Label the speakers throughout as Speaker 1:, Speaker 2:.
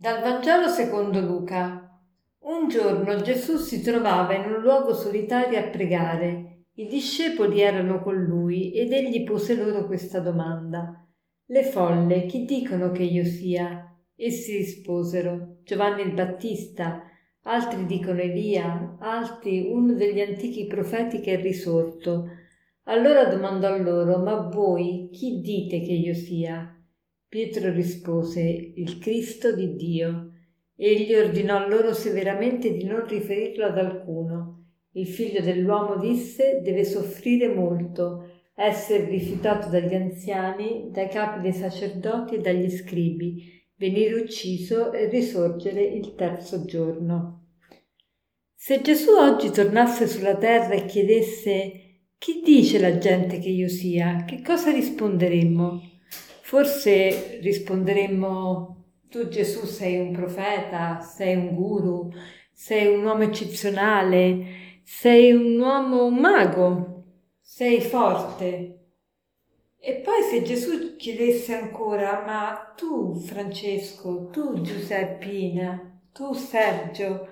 Speaker 1: Dal Vangelo secondo Luca. Un giorno Gesù si trovava in un luogo solitario a pregare. I discepoli erano con lui ed egli pose loro questa domanda. Le folle, chi dicono che io sia? Essi risposero, Giovanni il Battista, altri dicono Elia, altri uno degli antichi profeti che è risorto. Allora domandò loro, ma voi chi dite che io sia? Pietro rispose, il Cristo di Dio. Egli ordinò loro severamente di non riferirlo ad alcuno. Il figlio dell'uomo, disse, deve soffrire molto, essere rifiutato dagli anziani, dai capi dei sacerdoti e dagli scribi, venire ucciso e risorgere il terzo giorno. Se Gesù oggi tornasse sulla terra e chiedesse chi dice la gente che io sia, che cosa risponderemmo? Forse risponderemmo: tu Gesù sei un profeta, sei un guru, sei un uomo eccezionale, sei un mago, sei forte. E poi se Gesù chiedesse ancora, ma tu Francesco, tu Giuseppina, tu Sergio,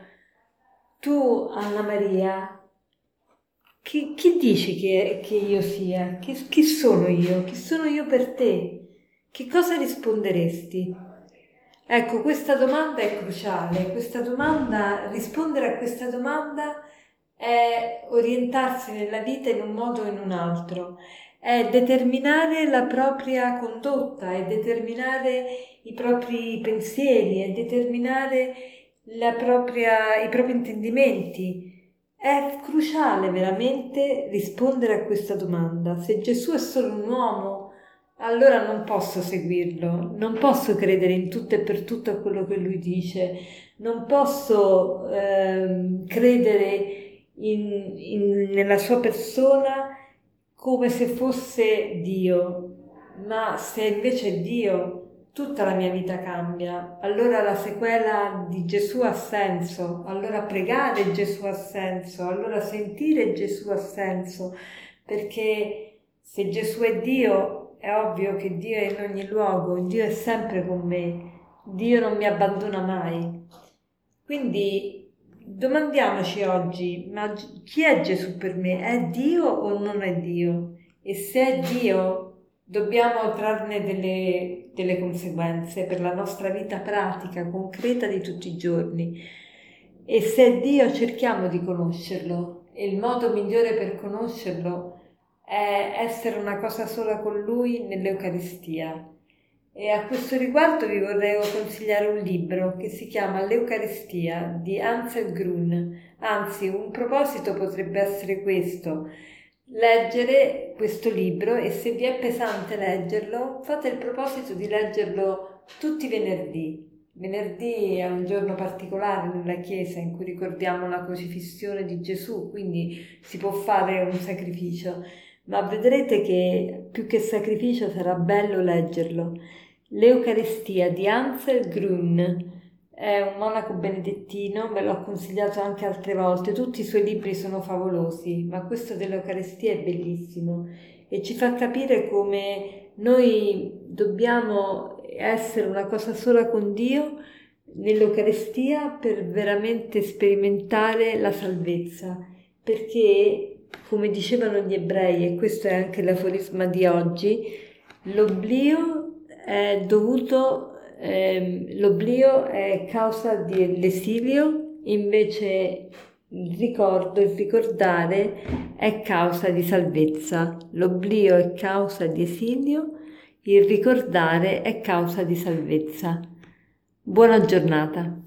Speaker 1: tu Anna Maria, chi dici che io sia? Chi sono io? Chi sono io per te? Che cosa risponderesti? Ecco, questa domanda è cruciale. Rispondere a questa domanda è orientarsi nella vita in un modo o in un altro, è determinare la propria condotta, è determinare i propri pensieri, è determinare i propri intendimenti. È cruciale veramente rispondere a questa domanda. Se Gesù è solo un uomo, allora non posso seguirlo, non posso credere in tutto e per tutto a quello che lui dice, non posso credere nella sua persona come se fosse Dio, ma se invece è Dio, tutta la mia vita cambia. Allora la sequela di Gesù ha senso, allora pregare Gesù ha senso, allora sentire Gesù ha senso, perché se Gesù è Dio, è ovvio che Dio è in ogni luogo, Dio è sempre con me, Dio non mi abbandona mai. Quindi domandiamoci oggi, ma chi è Gesù per me? È Dio o non è Dio? E se è Dio, dobbiamo trarne delle conseguenze per la nostra vita pratica, concreta di tutti i giorni. E se è Dio, cerchiamo di conoscerlo. E il modo migliore per conoscerlo è essere una cosa sola con Lui nell'Eucaristia. E a questo riguardo vi vorrei consigliare un libro che si chiama L'Eucaristia di Ansel Grun. Anzi, un proposito potrebbe essere questo: leggere questo libro, e se vi è pesante leggerlo, fate il proposito di leggerlo tutti i venerdì. Venerdì è un giorno particolare nella Chiesa in cui ricordiamo la crocifissione di Gesù, quindi si può fare un sacrificio, ma vedrete che più che sacrificio sarà bello leggerlo. L'Eucaristia di Ansel Grun è un monaco benedettino, me l'ho consigliato anche altre volte, tutti i suoi libri sono favolosi, ma questo dell'Eucaristia è bellissimo e ci fa capire come noi dobbiamo essere una cosa sola con Dio nell'Eucaristia per veramente sperimentare la salvezza, perché, come dicevano gli ebrei, e questo è anche l'aforisma di oggi, l'oblio è causa dell'esilio, invece il ricordare è causa di salvezza. L'oblio è causa di esilio, il ricordare è causa di salvezza. Buona giornata.